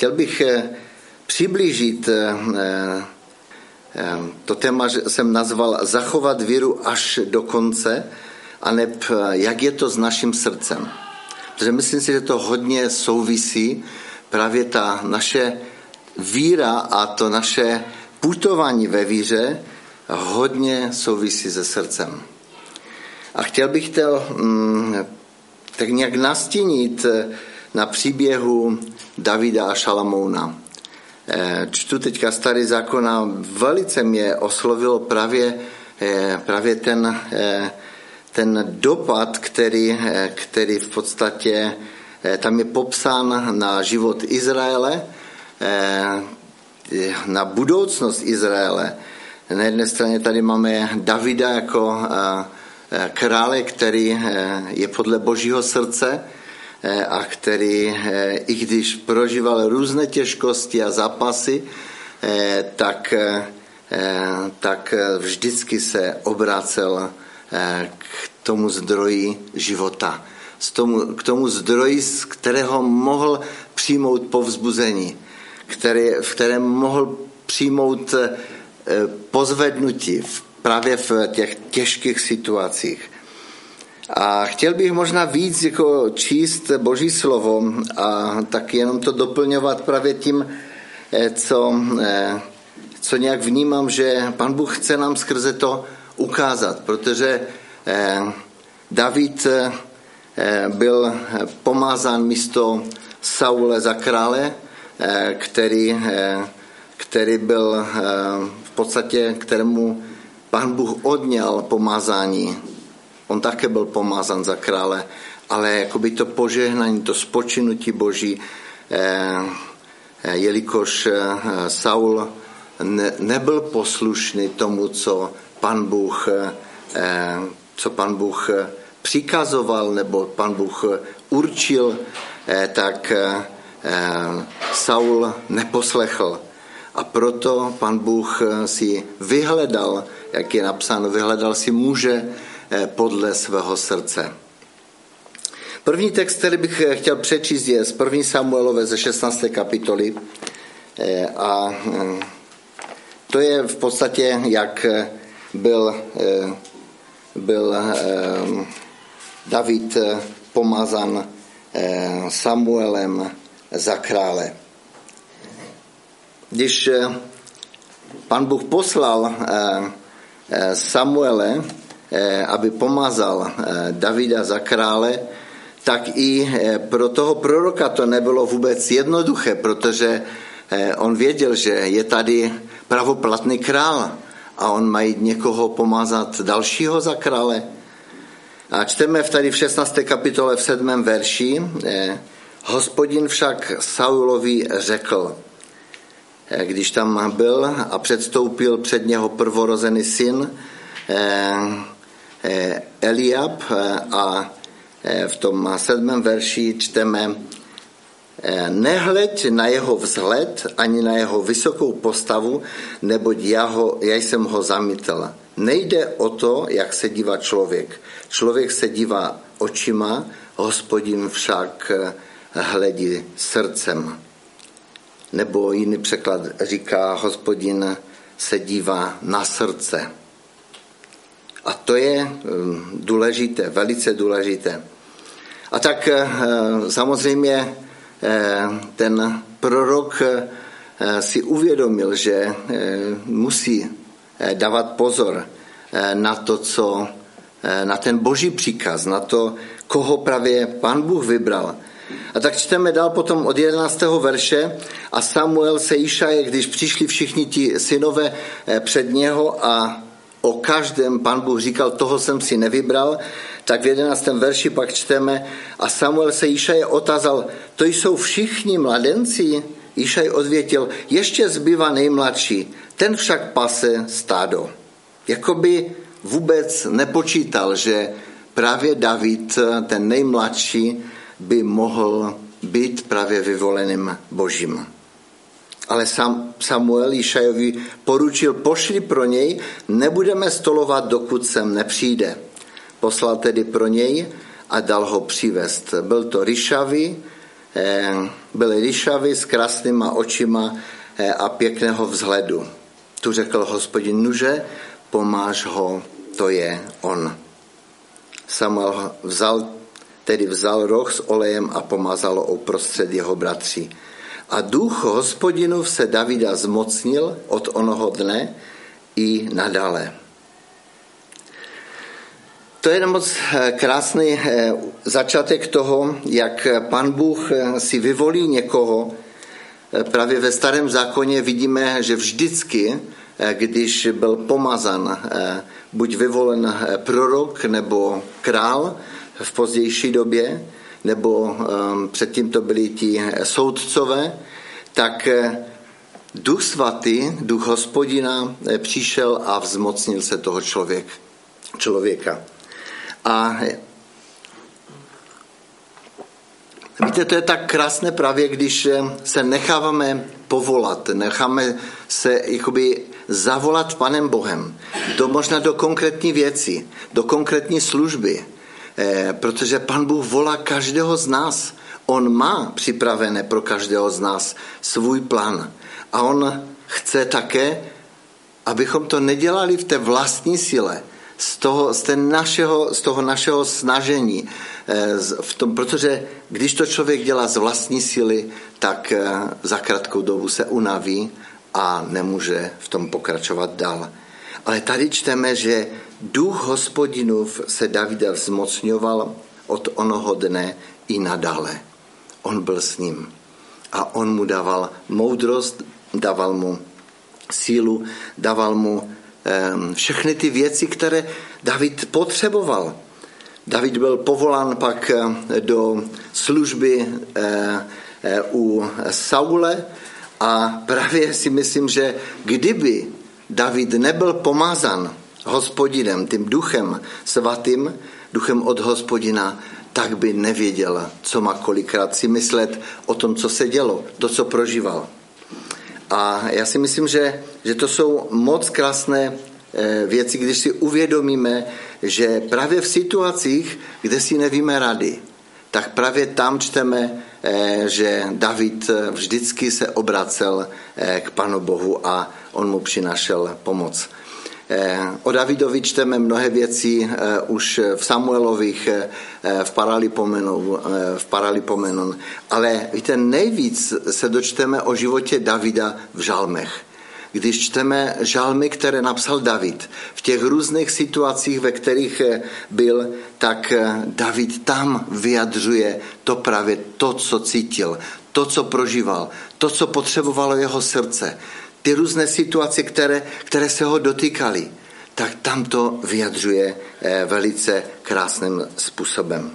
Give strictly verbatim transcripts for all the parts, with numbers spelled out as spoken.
chtěl bych přiblížit to téma, že jsem nazval zachovat víru až do konce, aneb jak je to s naším srdcem. Protože myslím si, že to hodně souvisí, právě ta naše víra a to naše putování ve víře hodně souvisí se srdcem. A chtěl bych to mm, tak nějak nastínit na příběhu Davida a Šalamouna. Čtu teďka Starý zákon a velice mě oslovilo právě, právě ten, ten dopad, který, který v podstatě tam je popsán na život Izraele, na budoucnost Izraele. Na jedné straně tady máme Davida jako krále, který je podle Božího srdce a který, i když prožíval různé těžkosti a zápasy, tak, tak vždycky se obrácel k tomu zdroji života. K tomu, k tomu zdroji, z kterého mohl přijmout povzbuzení, který, v kterém mohl přijmout pozvednutí právě v těch těžkých situacích. A chtěl bych možná víc jako číst Boží slovo a tak jenom to doplňovat právě tím, co, co nějak vnímám, že Pan Bůh chce nám skrze to ukázat, protože David byl pomázán místo Saule za krále, který, který byl v podstatě, kterému Pan Bůh odňal pomázání. On také byl pomázán za krále, ale jakoby to požehnání, to spočinutí Boží, jelikož Saul nebyl poslušný tomu, co Pan Bůh, co Pan Bůh přikazoval nebo Pan Bůh určil, tak Saul neposlechl. A proto Pan Bůh si vyhledal, jak je napsáno, vyhledal si muže podle svého srdce. První text, který bych chtěl přečíst, je z první Samuelové ze šestnácté kapitoly. A to je v podstatě, jak byl, byl David pomazán Samuelem za krále. Když Pan Bůh poslal Samuele, aby pomazal Davida za krále, tak i pro toho proroka to nebylo vůbec jednoduché, protože on věděl, že je tady pravoplatný král a on má jít někoho pomazat dalšího za krále. A čteme tady v šestnácté kapitole v sedmém verši, Hospodin však Saulovi řekl, když tam byl a předstoupil před něho prvorozený syn Eliab, a v tom sedmém verši čteme, nehleď na jeho vzhled ani na jeho vysokou postavu, neboť já, ho, já jsem ho zamítl. Nejde o to, jak se dívá člověk. Člověk se dívá očima, Hospodin však hledí srdcem. Nebo jiný překlad říká, Hospodin se dívá na srdce. A to je důležité, velice důležité. A tak samozřejmě ten prorok si uvědomil, že musí dávat pozor na to, co, na ten Boží příkaz, na to, koho právě Pán Bůh vybral. A tak čteme dál potom od jedenáctého verše, a Samuel se Išaje, když přišli všichni ti synové před něho a o každém Pán Bůh říkal, toho jsem si nevybral, tak v jedenáctém verši pak čteme, a Samuel se Išaje otázal, to jsou všichni mladenci? Išaj odvětil, ještě zbývá nejmladší, ten však pase stádo. Jakoby vůbec nepočítal, že právě David, ten nejmladší, by mohl být právě vyvoleným Božím. Ale sam Samuel Išajovi poručil, pošli pro něj, nebudeme stolovat, dokud sem nepřijde. Poslal tedy pro něj a dal ho přivést. Byl to ryšavý, byl ryšavý s krásnýma očima a pěkného vzhledu. Tu řekl Hospodin, nuže, pomáš ho, to je on. Samuel vzal, tedy vzal roh s olejem a pomazal ho uprostřed jeho bratří. A duch Hospodinův se Davida zmocnil od onoho dne i nadále. To je moc krásný začátek toho, jak Pan Bůh si vyvolí někoho. Právě ve Starém zákoně vidíme, že vždycky, když byl pomazan, buď vyvolen prorok nebo král v pozdější době, nebo předtím to byli ti soudcové, tak Duch Svatý, Duch Hospodina přišel a vzmocnil se toho člověk, člověka. A víte, to je tak krásné právě, když se necháváme povolat, necháme se jakoby zavolat Panem Bohem, do, možná do konkrétní věci, do konkrétní služby, eh, protože Pan Bůh volá každého z nás. On má připravené pro každého z nás svůj plán. A on chce také, abychom to nedělali v té vlastní síle, z toho, z té našeho, z toho našeho snažení, v tom, protože když to člověk dělá z vlastní síly, tak za krátkou dobu se unaví a nemůže v tom pokračovat dál. Ale tady čteme, že duch Hospodinův se Davida vzmocňoval od onoho dne i nadále. On byl s ním a on mu dával moudrost, dával mu sílu, dával mu všechny ty věci, které David potřeboval. David byl povolán pak do služby u Saule a právě si myslím, že kdyby David nebyl pomázan Hospodinem, tím duchem svatým, duchem od Hospodina, tak by nevěděl, co má kolikrát si myslet o tom, co se dělo, to, co prožíval. A já si myslím, že, že to jsou moc krásné věci, když si uvědomíme, že právě v situacích, kde si nevíme rady, tak právě tam čteme, že David vždycky se obracel k Panu Bohu a on mu přinašel pomoc. O Davidovi čteme mnohé věci už v Samuelových, v Paralipomenu, v Paralipomenu, ale víte, nejvíc se dočteme o životě Davida v žalmech. Když čteme žalmy, které napsal David, v těch různých situacích, ve kterých byl, tak David tam vyjadřuje to právě to, co cítil, to, co prožíval, to, co potřebovalo jeho srdce. Ty různé situace, které, které se ho dotýkaly, tak tam to vyjadřuje velice krásným způsobem.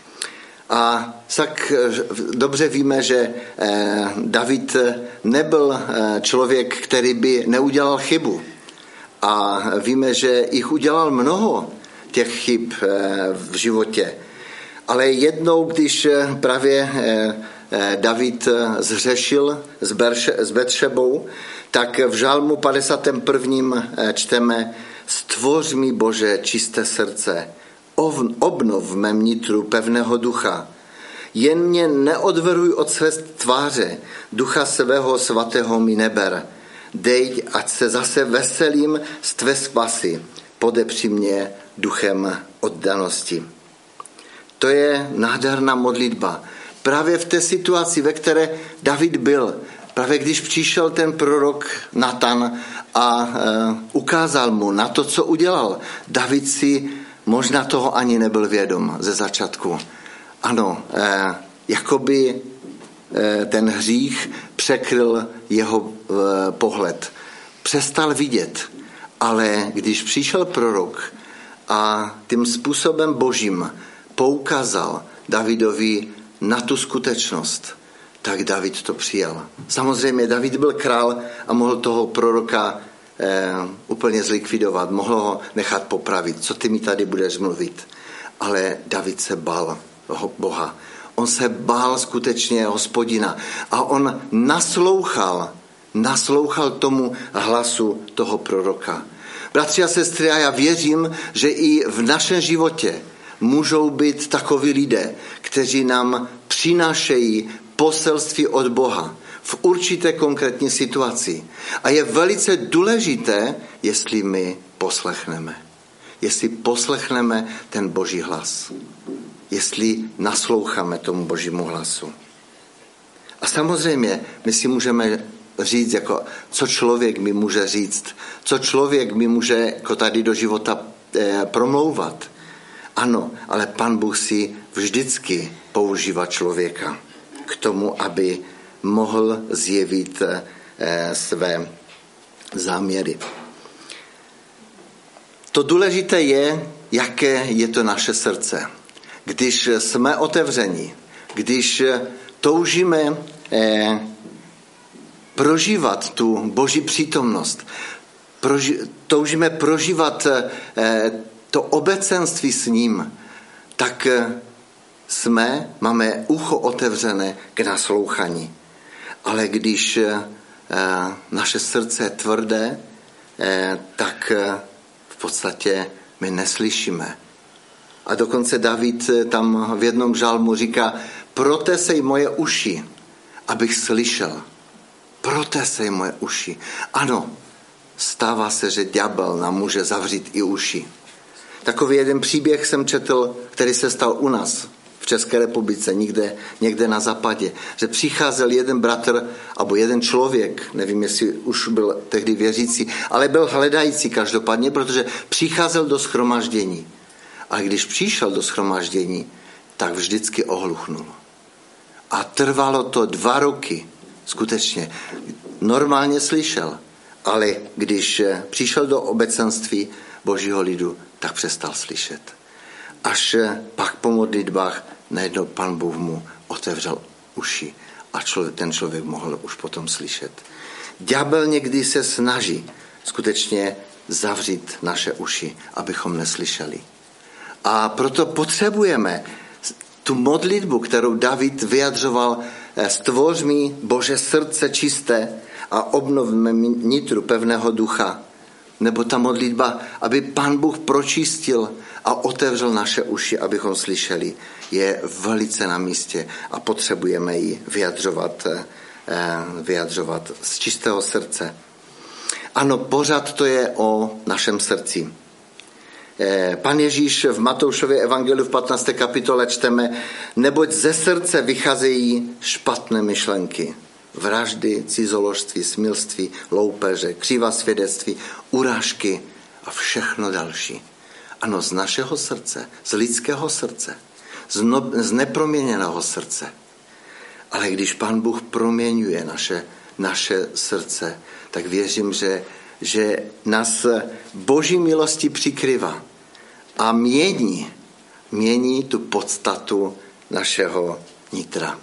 A tak dobře víme, že David nebyl člověk, který by neudělal chybu. A víme, že jich udělal mnoho těch chyb v životě. Ale jednou, když právě David zhřešil s Betšebou, tak v žalmu padesátém prvním čteme: Stvoř mi, Bože, čisté srdce, obnov v mém nitru pevného ducha. Jen mě neodvrhuj od své tváře, ducha svého svatého mi neber. Dej, ať se zase veselím z tvé spasy, podepři mě duchem oddanosti. To je nádherná modlitba. Právě v té situaci, ve které David byl, právě když přišel ten prorok Natan a e, ukázal mu na to, co udělal, David si možná toho ani nebyl vědom ze začátku. Ano, e, jakoby e, ten hřích překryl jeho e, pohled. Přestal vidět, ale když přišel prorok a tím způsobem božím poukázal Davidovi na tu skutečnost, tak David to přijal. Samozřejmě David byl král a mohl toho proroka eh, úplně zlikvidovat, mohl ho nechat popravit. Co ty mi tady budeš mluvit? Ale David se bál Boha. On se bál skutečně Hospodina a on naslouchal, naslouchal tomu hlasu toho proroka. Bratři a sestry, a já věřím, že i v našem životě můžou být takoví lidé, kteří nám přinášejí poselství od Boha v určité konkrétní situaci. A je velice důležité, jestli my poslechneme. Jestli poslechneme ten Boží hlas. Jestli nasloucháme tomu Božímu hlasu. A samozřejmě my si můžeme říct, jako, co člověk mi může říct, co člověk mi může jako tady do života eh, promlouvat. Ano, ale Pan Bůh si vždycky používá člověka k tomu, aby mohl zjevit eh, své záměry. To důležité je, jaké je to naše srdce. Když jsme otevřeni, když toužíme eh, prožívat tu Boží přítomnost, proži, toužíme prožívat eh, to obecenství s ním, tak eh, jsme, máme ucho otevřené k naslouchaní. Ale když eh, naše srdce je tvrdé, eh, tak eh, v podstatě my neslyšíme. A dokonce David tam v jednom žalmu říká, protesej moje uši, abych slyšel. Protesej moje uši. Ano, stává se, že ďábel nám může zavřít i uši. Takový jeden příběh jsem četl, který se stal u nás v České republice, někde, někde na západě, že přicházel jeden bratr, nebo jeden člověk, nevím, jestli už byl tehdy věřící, ale byl hledající každopádně, protože přicházel do shromaždění. A když přišel do shromaždění, tak vždycky ohluchnul. A trvalo to dva roky, skutečně. Normálně slyšel, ale když přišel do obecenství Božího lidu, tak přestal slyšet. Až pak po modlitbách najednou Pan Bůh mu otevřel uši a člověk, ten člověk mohl už potom slyšet. Ďábel někdy se snaží skutečně zavřít naše uši, abychom neslyšeli. A proto potřebujeme tu modlitbu, kterou David vyjadřoval, stvoř mi Bože srdce čisté a obnovme mi nitru pevného ducha. Nebo ta modlitba, aby Pan Bůh pročistil a otevřel naše uši, abychom slyšeli, je velice na místě a potřebujeme ji vyjadřovat, vyjadřovat z čistého srdce. Ano, pořád to je o našem srdci. Pan Ježíš v Matoušově evangeliu v patnácté kapitole čteme, neboť ze srdce vycházejí špatné myšlenky, vraždy, cizoložství, smilství, loupeže, křivá svědectví, urážky a všechno další. Ano, z našeho srdce, z lidského srdce, z, no, z neproměněného srdce. Ale když Pán Bůh proměňuje naše, naše srdce, tak věřím, že, že nás Boží milostí přikryvá a mění, mění tu podstatu našeho nitra.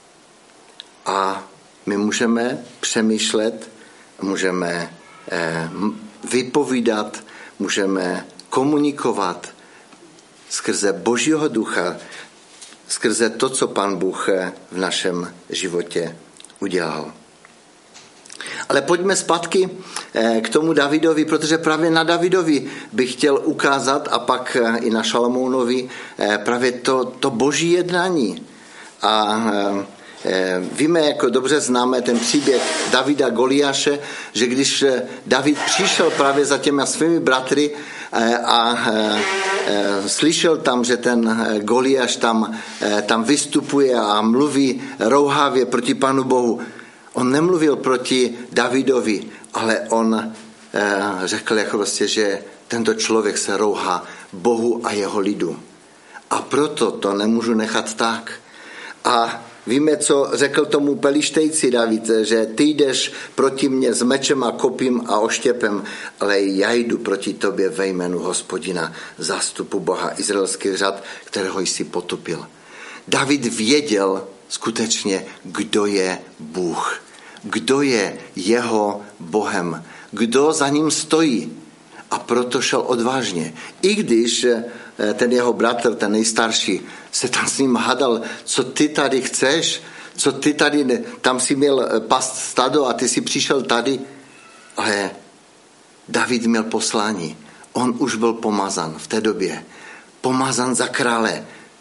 A my můžeme přemýšlet, můžeme eh, vypovídat, můžeme komunikovat skrze Božího ducha, skrze to, co Pan Bůh v našem životě udělal. Ale pojďme zpátky k tomu Davidovi, protože právě na Davidovi bych chtěl ukázat a pak i na Šalomounovi právě to, to Boží jednání. A víme, jako dobře známe ten příběh Davida Goliáše, že když David přišel právě za těmi svými bratry a slyšel tam, že ten Goliáš tam, tam vystupuje a mluví rouhavě proti Panu Bohu, on nemluvil proti Davidovi, ale on řekl jako vlastně, že tento člověk se rouhá Bohu a jeho lidu. A proto to nemůžu nechat tak. A víme, co řekl tomu Pelištejci David, že ty jdeš proti mně s mečem a kopím a oštěpem, ale já jdu proti tobě ve jménu Hospodina, zástupu Boha izraelských řad, kterého jsi potopil. David věděl skutečně, kdo je Bůh, kdo je jeho Bohem, kdo za ním stojí. A proto šel odvážně. I když ten jeho bratr, ten nejstarší, se tam s ním hadal, co ty tady chceš, co ty tady, tam si měl past stado a ty si přišel tady. Ale David měl poslání. On už byl pomazan v té době. Pomazan za krále.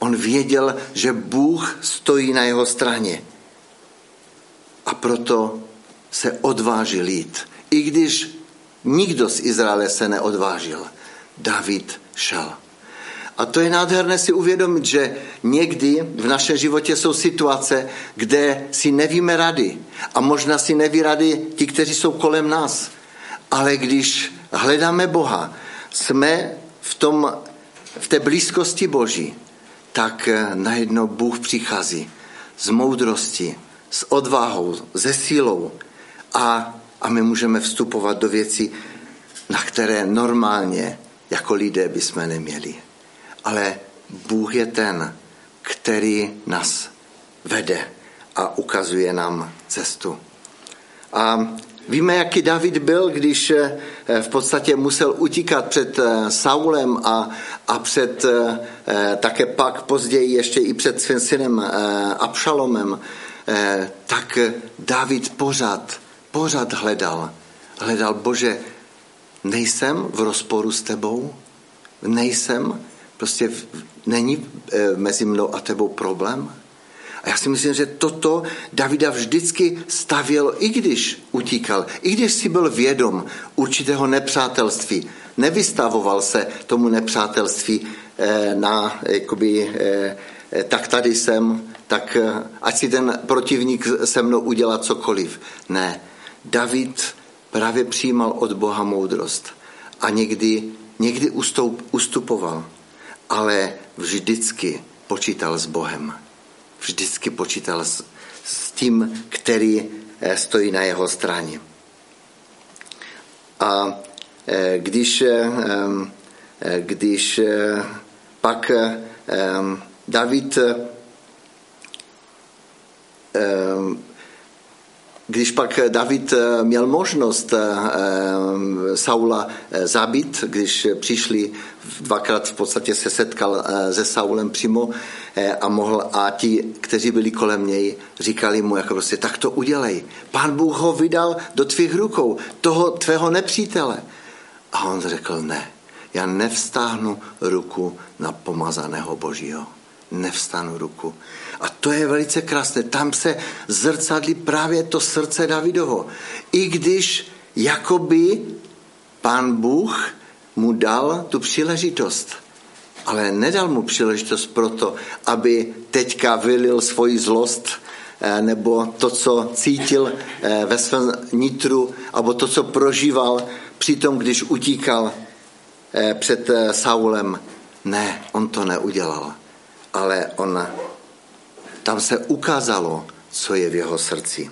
On věděl, že Bůh stojí na jeho straně. A proto se odvážil jít. I když nikdo z Izraele se neodvážil, David šel. A to je nádherné si uvědomit, že někdy v našem životě jsou situace, kde si nevíme rady. A možná si neví rady ti, kteří jsou kolem nás. Ale když hledáme Boha, jsme v, tom, v té blízkosti Boží, tak najednou Bůh přichází s moudrostí, s odvahou, se sílou a, a my můžeme vstupovat do věcí, na které normálně jako lidé bychom neměli. Ale Bůh je ten, který nás vede a ukazuje nám cestu. A víme, jaký David byl, když v podstatě musel utíkat před Saulem a, a před také pak později ještě i před svým synem Abšalomem, tak David pořád, pořád hledal. Hledal, Bože, nejsem v rozporu s tebou? Nejsem? Prostě není mezi mnou a tebou problém? A já si myslím, že toto Davida vždycky stavělo, i když utíkal, i když si byl vědom určitého nepřátelství. Nevystavoval se tomu nepřátelství na, jakoby, tak tady jsem, tak ať si ten protivník se mnou udělá cokoliv. Ne, David právě přijímal od Boha moudrost a někdy, někdy ustoup, ustupoval, ale vždycky počítal s Bohem. Vždycky počítal s, s tím, který stojí na jeho straně. A když, když pak David Když pak David měl možnost Saula zabít, když přišli, dvakrát v podstatě se setkal se Saulem přímo a mohl, a ti, kteří byli kolem něj, říkali mu jako prostě, tak to udělej. Pán Bůh ho vydal do tvých rukou, toho tvého nepřítele. A on řekl, ne, já nevstáhnu ruku na pomazaného Božího. Nevstanu ruku. A to je velice krásné. Tam se zrcadlí právě to srdce Davidovo. I když jakoby Pán Bůh mu dal tu příležitost, ale nedal mu příležitost proto, aby teďka vylil svoji zlost nebo to, co cítil ve svém nitru, nebo to, co prožíval při tom, když utíkal před Saulem. Ne, on to neudělal. Ale on, tam se ukázalo, co je v jeho srdci.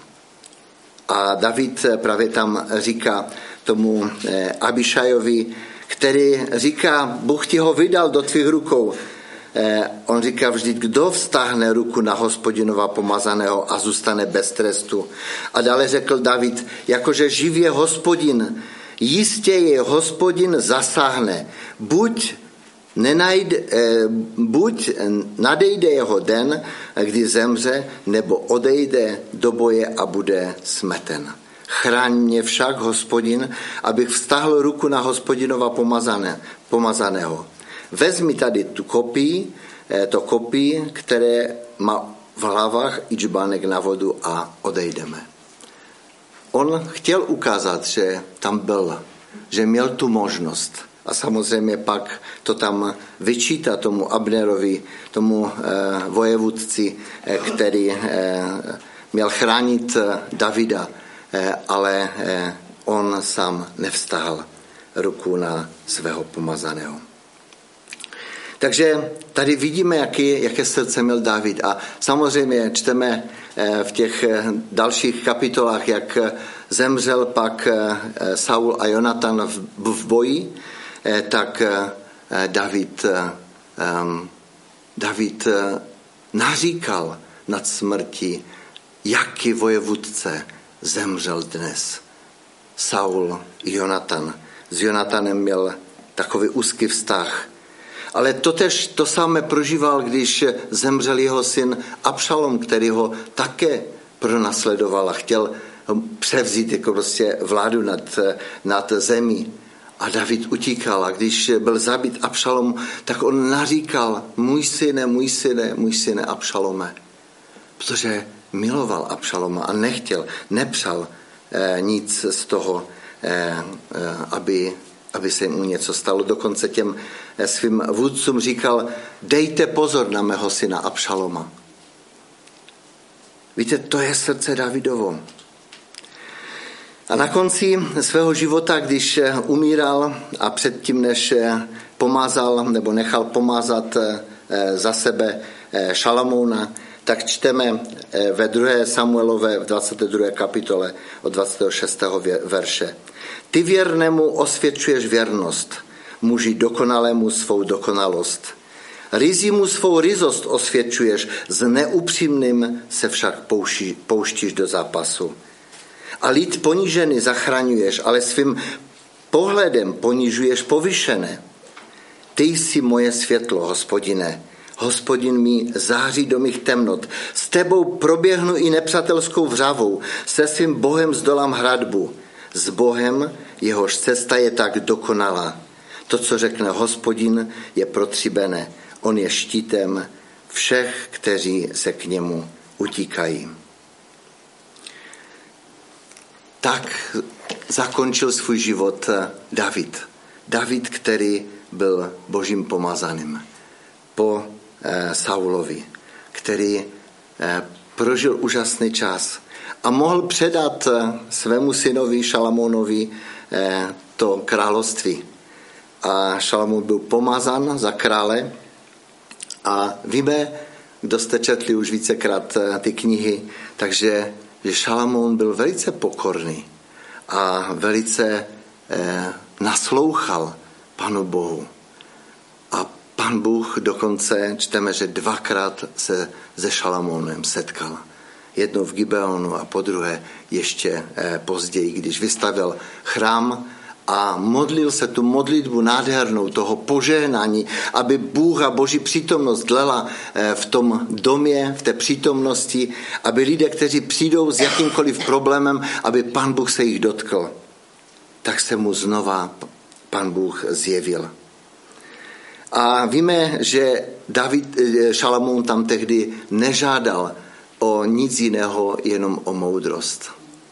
A David právě tam říká tomu Abišajovi, který říká, Bůh ti ho vydal do tvých rukou. On říká vždyť, kdo vztáhne ruku na Hospodinova pomazaného a zůstane bez trestu. A dále řekl David, jakože živ je Hospodin, jistě je Hospodin zasáhne. Buď Nenajde, buď nadejde jeho den, kdy zemře, nebo odejde do boje a bude smeten. Chraň mě však, Hospodin, abych vztahl ruku na Hospodinova pomazané, pomazaného. Vezmi tady tu kopii, to kopii, které má v hlavách i džbánek na vodu a odejdeme. On chtěl ukázat, že tam byl, že měl tu možnost. A samozřejmě pak to tam vyčítá tomu Abnerovi, tomu eh, vojevůdci, eh, který eh, měl chránit Davida, eh, ale eh, on sám nevstal ruku na svého pomazaného. Takže tady vidíme, jaký, jaké srdce měl David. A samozřejmě čteme eh, v těch dalších kapitolách, jak zemřel pak eh, Saul a Jonatan v, v boji, tak David, David naříkal nad smrtí, jaký vojevůdce zemřel dnes. Saul i Jonatan. S Jonatanem měl takový úzký vztah. Ale totež to samé prožíval, když zemřel jeho syn Abšalom, který ho také pronásledoval a chtěl převzít jako prostě vládu nad, nad zemí. A David utíkal a když byl zabit Abšalom, tak on naříkal, můj syne, můj syne, můj syne Abšalome. Protože miloval Abšaloma a nechtěl, nepřál eh, nic z toho, eh, eh, aby, aby se mu něco stalo. Dokonce těm eh, svým vůdcům říkal, dejte pozor na mého syna Abšaloma. Víte, to je srdce Davidovo. A na konci svého života, když umíral a předtím, než pomázal nebo nechal pomázat za sebe Šalamouna, tak čteme ve druhé Samuelové v dvacáté druhé kapitole od dvacátého šestého verše. Ty věrnému osvědčuješ věrnost, muži dokonalému svou dokonalost. Ryzímu svou ryzost osvědčuješ, s neupřímným se však pouští, pouštíš do zápasu. A lid ponížený zachraňuješ, ale svým pohledem ponižuješ povyšené. Ty jsi moje světlo, Hospodine. Hospodin mi září do mých temnot. S tebou proběhnu i nepřátelskou vřavou. Se svým Bohem zdolám hradbu. S Bohem, jehož cesta je tak dokonalá. To, co řekne Hospodin, je protříbené. On je štítem všech, kteří se k němu utíkají. Tak zakončil svůj život David. David, který byl božím pomazaným po eh, Saulovi, který eh, prožil úžasný čas a mohl předat eh, svému synovi Šalamounovi eh, to království. A Šalamoun byl pomazán za krále a víme, kdo jste četli už vícekrát eh, ty knihy, takže že Šalamoun byl velice pokorný a velice eh, naslouchal Panu Bohu. A Pan Bůh dokonce, čteme, že dvakrát se se Šalamounem setkal. Jednou v Gibeonu a po druhé ještě eh, později, když vystavěl chrám a modlil se tu modlitbu nádhernou toho požehnání, aby Bůh a Boží přítomnost dlela v tom domě, v té přítomnosti, aby lidé, kteří přijdou s jakýmkoliv problémem, aby Pan Bůh se jich dotkl. Tak se mu znova Pan Bůh zjevil. A víme, že David, Šalamoun tam tehdy nežádal o nic jiného, jenom o moudrost.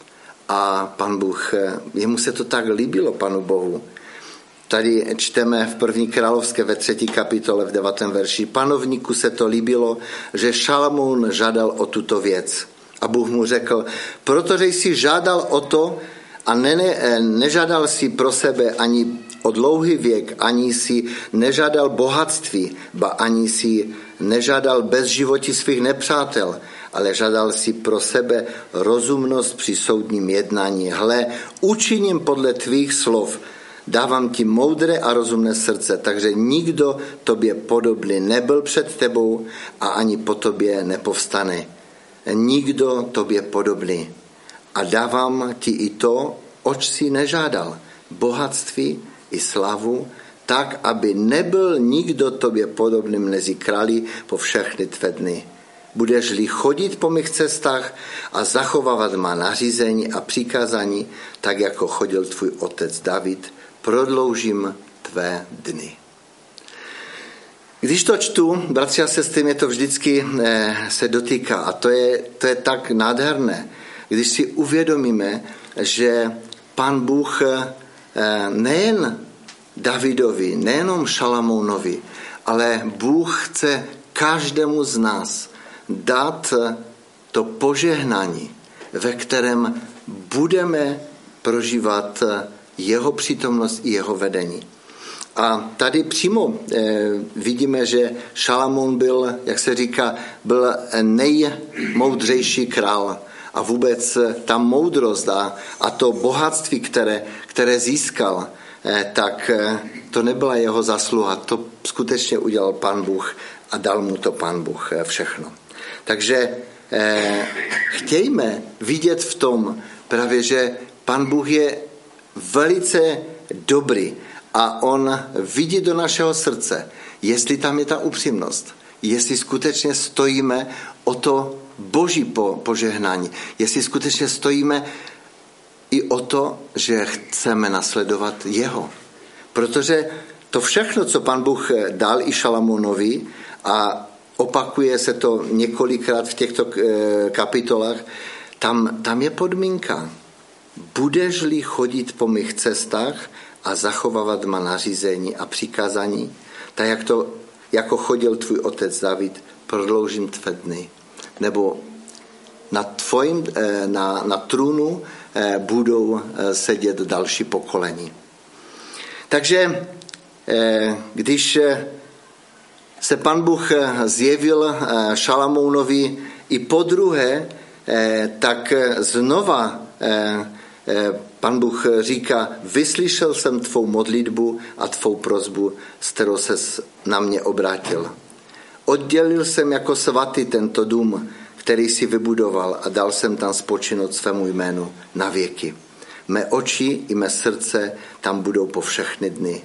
A Pan Bůh, jemu se to tak líbilo, Panu Bohu. Tady čteme v první královské ve třetí kapitole v devátém verši. Panovníku se to líbilo, že Šalamoun žádal o tuto věc. A Bůh mu řekl, protože jsi žádal o to a ne, ne, nežádal si pro sebe ani o dlouhý věk, ani si nežádal bohatství, ba ani si nežádal bezživotí svých nepřátel, ale žádal si pro sebe rozumnost při soudním jednání. Hle, učiním podle tvých slov, dávám ti moudré a rozumné srdce, takže nikdo tobě podobný nebyl před tebou a ani po tobě nepovstane. Nikdo tobě podobný. A dávám ti i to, oč si nežádal, bohatství i slavu, tak, aby nebyl nikdo tobě podobným mezi králi po všechny tvé dny. Budeš-li chodit po mých cestách a zachovávat má nařízení a přikázání, tak jako chodil tvůj otec David, prodloužím tvé dny. Když to čtu, bratři a sestry, mě to vždycky eh, se dotýká a to je, to je tak nádherné, když si uvědomíme, že Pán Bůh eh, nejen Davidovi, nejenom Šalamounovi, ale Bůh chce každému z nás dát to požehnání, ve kterém budeme prožívat jeho přítomnost i jeho vedení. A tady přímo eh, vidíme, že Šalamoun byl, jak se říká, byl nejmoudřejší král. A vůbec ta moudrost a, a to bohatství, které, které získal, eh, tak eh, to nebyla jeho zasluha. To skutečně udělal Pán Bůh a dal mu to Pán Bůh eh, všechno. Takže eh, chtějme vidět v tom právě, že Pán Bůh je velice dobrý a on vidí do našeho srdce, jestli tam je ta upřímnost, jestli skutečně stojíme o to Boží po, požehnání, jestli skutečně stojíme i o to, že chceme nasledovat jeho, Protože to všechno, co Pan Bůh dal i Šalamonovi, a opakuje se to několikrát v těchto kapitolách, tam, tam je podmínka. Budeš-li chodit po mých cestách a zachovávat má nařízení a přikázání, tak jak to, jako chodil tvůj otec David, prodloužím tvé dny. Nebo na, tvojim, na, na trůnu budou sedět další pokolení. Takže když se Pan Bůh zjevil Šalamounovi i podruhé, tak znova Pan Bůh říká, vyslyšel jsem tvou modlitbu a tvou prosbu, s kterou ses na mě obrátil. Oddělil jsem jako svatý tento dům, který si vybudoval, a dal jsem tam spočinout svému jménu na věky. Mé oči i mé srdce tam budou po všechny dny.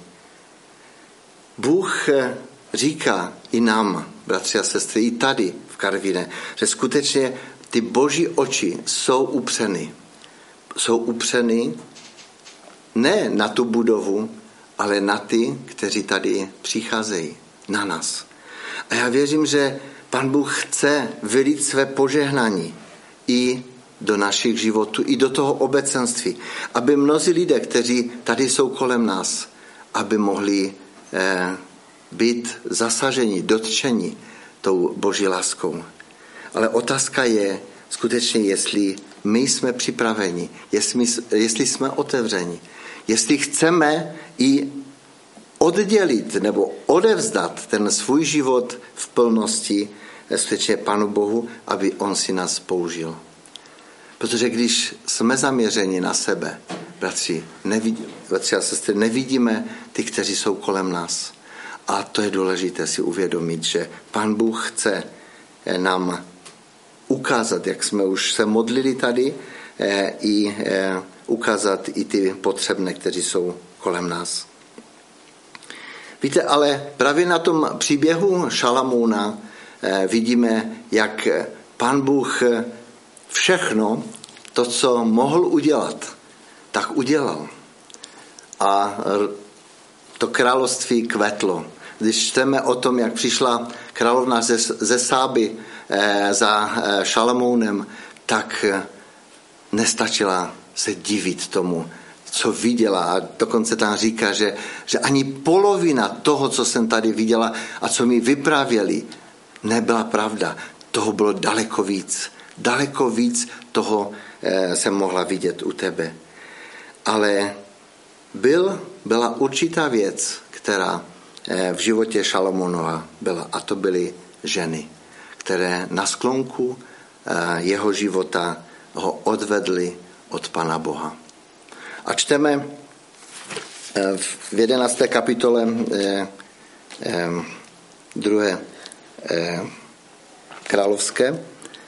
Bůh říká i nám, bratři a sestry, i tady v Karviné, že skutečně ty boží oči jsou upřeny. Jsou upřeny ne na tu budovu, ale na ty, kteří tady přicházejí, na nás. A já věřím, že Pan Bůh chce vylít své požehnání i do našich životů, i do toho obecenství, aby mnozí lidé, kteří tady jsou kolem nás, aby mohli eh, být zasaženi, dotčeni tou boží láskou. Ale otázka je skutečně, jestli my jsme připraveni, jestli, jestli jsme otevřeni, jestli chceme i oddělit nebo odevzdat ten svůj život v plnosti skutečně Panu Bohu, aby on si nás použil. Protože když jsme zaměřeni na sebe, bratři, nevidí, bratři a sestry, nevidíme ty, kteří jsou kolem nás. A to je důležité si uvědomit, že Pán Bůh chce nám ukázat, jak jsme už se modlili tady, i ukázat i ty potřebné, kteří jsou kolem nás. Víte, ale právě na tom příběhu Šalamouna vidíme, jak Pán Bůh všechno to, co mohl udělat, tak udělal. A to království kvetlo. Když čteme o tom, jak přišla královna ze, ze Sáby eh, za eh, Šalamounem, tak eh, nestačila se divit tomu, co viděla. A dokonce tam říká, že, že ani polovina toho, co jsem tady viděla a co mi vyprávěli, nebyla pravda. Toho bylo daleko víc. Daleko víc toho eh, jsem mohla vidět u tebe. Ale byl, byla určitá věc, která v životě Šalamounova byla, a to byly ženy, které na sklonku jeho života ho odvedly od Pana Boha. A čteme v jedenácté kapitole druhé královské,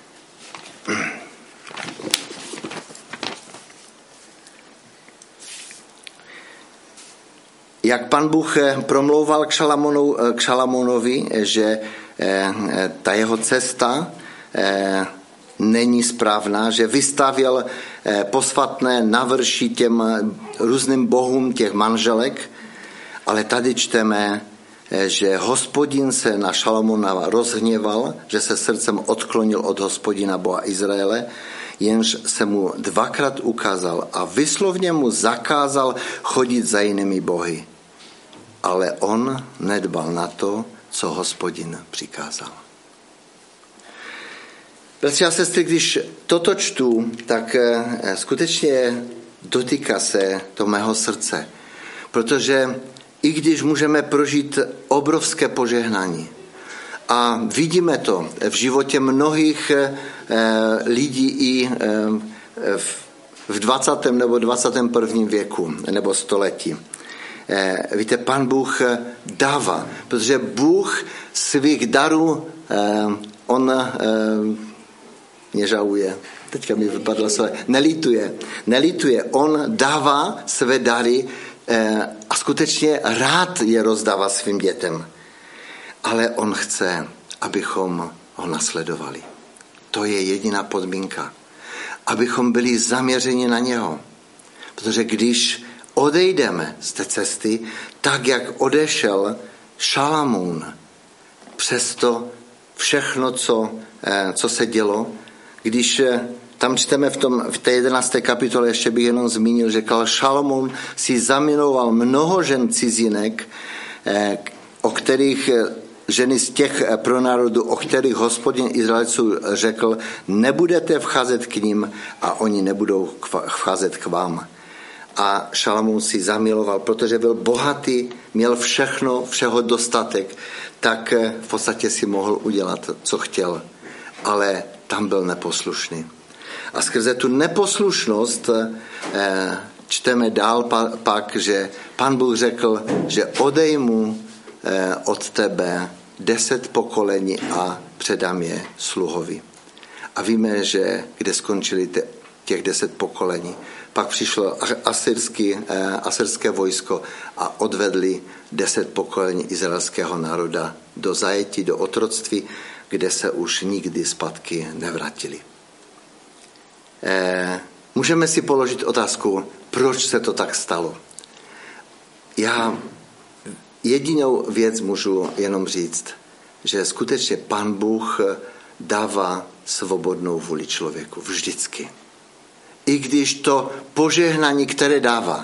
jak Pan Bůh promlouval k, k Šalamounovi, že ta jeho cesta není správná, že vystavěl posvatné navrší těm různým bohům těch manželek, ale tady čteme, že Hospodin se na Šalamouna rozhněval, že se srdcem odklonil od Hospodina Boha Izraele, jenž se mu dvakrát ukázal a vyslovně mu zakázal chodit za jinými bohy. Ale on nedbal na to, co Hospodin přikázal. Bratři a sestry, když toto čtu, tak skutečně dotýká se to mého srdce. Protože i když můžeme prožít obrovské požehnání a vidíme to v životě mnohých lidí i v dvacátém nebo dvacátém prvním věku nebo století. Víte, Pan Bůh dává, protože Bůh svých darů, on nežaluje, teďka mi vypadlo slovo, nelituje, nelituje, on dává své dary a skutečně rád je rozdává svým dětem. Ale on chce, abychom ho nasledovali. To je jediná podmínka. Abychom byli zaměřeni na něho. Protože když odejdeme z té cesty, tak jak odešel Šalamoun. Přesto všechno, co, co se dělo, když tam čteme v, tom, v té jedenácté kapitole, ještě bych jenom zmínil, že Šalamoun si zamiloval mnoho žen cizinek, o kterých ženy z těch pronárodů, o kterých Hospodin Izraelců řekl, nebudete vcházet k ním a oni nebudou vcházet k vám. A Šalamoun si zamiloval, protože byl bohatý, měl všechno, všeho dostatek, tak v podstatě si mohl udělat, co chtěl. Ale tam byl neposlušný. A skrze tu neposlušnost čteme dál pak, že Pan Bůh řekl, že odejmu od tebe deset pokolení a předám je sluhovi. A víme, že kde skončili těch deset pokolení, pak přišlo asyrský, asyrské vojsko a odvedli deset pokolení izraelského národa do zajetí, do otroctví, kde se už nikdy zpátky nevrátili. Můžeme si položit otázku, proč se to tak stalo. Já jedinou věc můžu jenom říct, že skutečně Pán Bůh dává svobodnou vůli člověku vždycky. I když to požehnání, které dává,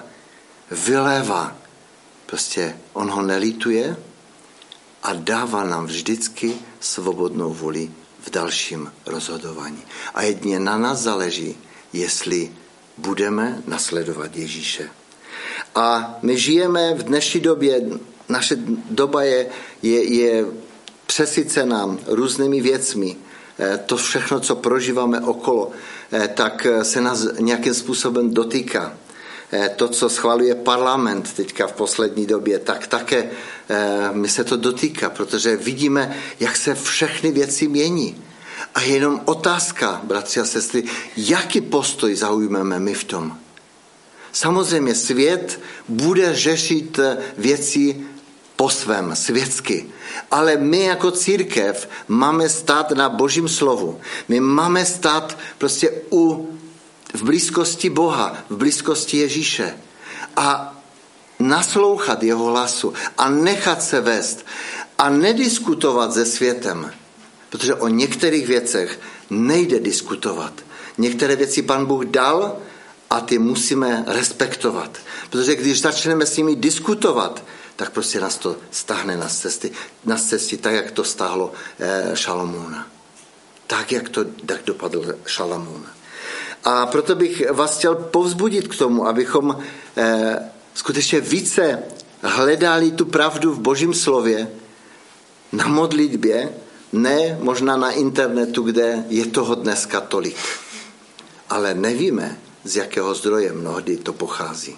vylévá, prostě on ho nelituje a dává nám vždycky svobodnou vůli v dalším rozhodování. A jedině na nás záleží, jestli budeme nasledovat Ježíše. A my žijeme v dnešní době, naše doba je, je, je přesycená různými věcmi. To všechno, co prožíváme okolo, tak se nás nějakým způsobem dotýká. To, co schvaluje parlament teďka v poslední době, tak také mi se to dotýká, protože vidíme, jak se všechny věci mění. A je jenom otázka, bratři a sestry, jaký postoj zaujmeme my v tom. Samozřejmě svět bude řešit věci po svém, světsky. Ale my jako církev máme stát na Božím slovu. My máme stát prostě u, v blízkosti Boha, v blízkosti Ježíše. A naslouchat jeho hlasu a nechat se vést a nediskutovat se světem. Protože o některých věcech nejde diskutovat. Některé věci Pan Bůh dal a ty musíme respektovat. Protože když začneme s nimi diskutovat, tak prostě nás to stáhne na cesty, na cesty tak, jak to stáhlo eh, Šalamouna. Tak, jak to tak dopadl Šalamoun. A proto bych vás chtěl povzbudit k tomu, abychom eh, skutečně více hledali tu pravdu v Božím slově, na modlitbě, ne možná na internetu, kde je toho dneska tolik. Ale nevíme, z jakého zdroje mnohdy to pochází.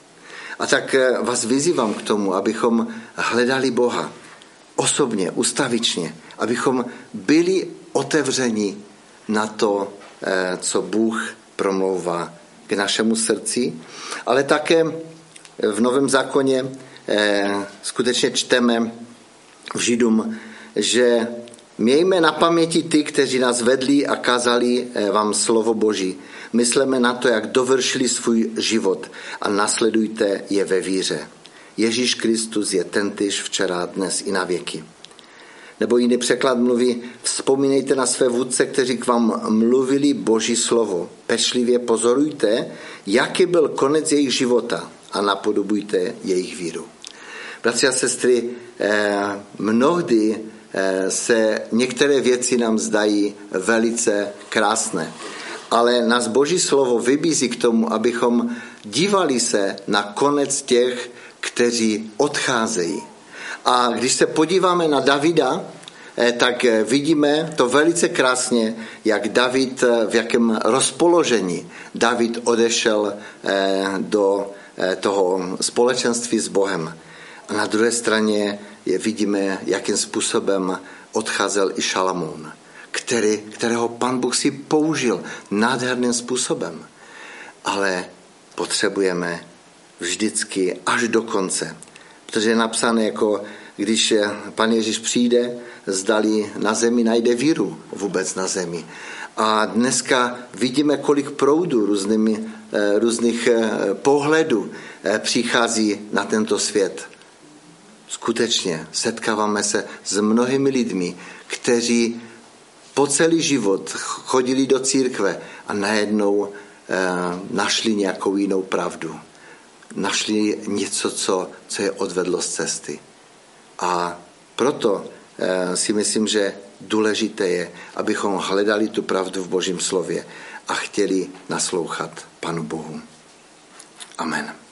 A tak vás vyzývám k tomu, abychom hledali Boha osobně, ustavičně, abychom byli otevřeni na to, co Bůh promlouvá k našemu srdci, ale také v Novém zákoně skutečně čteme v Židům, že mějme na paměti ty, kteří nás vedli a kázali vám slovo Boží. Myslíme na to, jak dovršili svůj život a nasledujte je ve víře. Ježíš Kristus je tentýž včera, dnes i na věky. Nebo jiný překlad mluví, vzpomínejte na své vůdce, kteří k vám mluvili Boží slovo. Pečlivě pozorujte, jaký byl konec jejich života a napodobujte jejich víru. Bratři a sestry, mnohdy se některé věci nám zdají velice krásné. Ale nás Boží slovo vybízí k tomu, abychom dívali se na konec těch, kteří odcházejí. A když se podíváme na Davida, tak vidíme to velice krásně, jak David, v jakém rozpoložení David odešel do toho společenství s Bohem. A na druhé straně je vidíme, jakým způsobem odcházel i Šalamoun, který, kterého Pan Bůh si použil nádherným způsobem. Ale potřebujeme vždycky až do konce. Protože je napsané, jako když Pan Ježíš přijde, zdali na zemi najde víru vůbec na zemi. A dneska vidíme, kolik proudů různými, různých pohledů přichází na tento svět. Skutečně setkáváme se s mnohými lidmi, kteří po celý život chodili do církve a najednou našli nějakou jinou pravdu. Našli něco, co, co je odvedlo z cesty. A proto si myslím, že důležité je, abychom hledali tu pravdu v Božím slově a chtěli naslouchat Panu Bohu. Amen.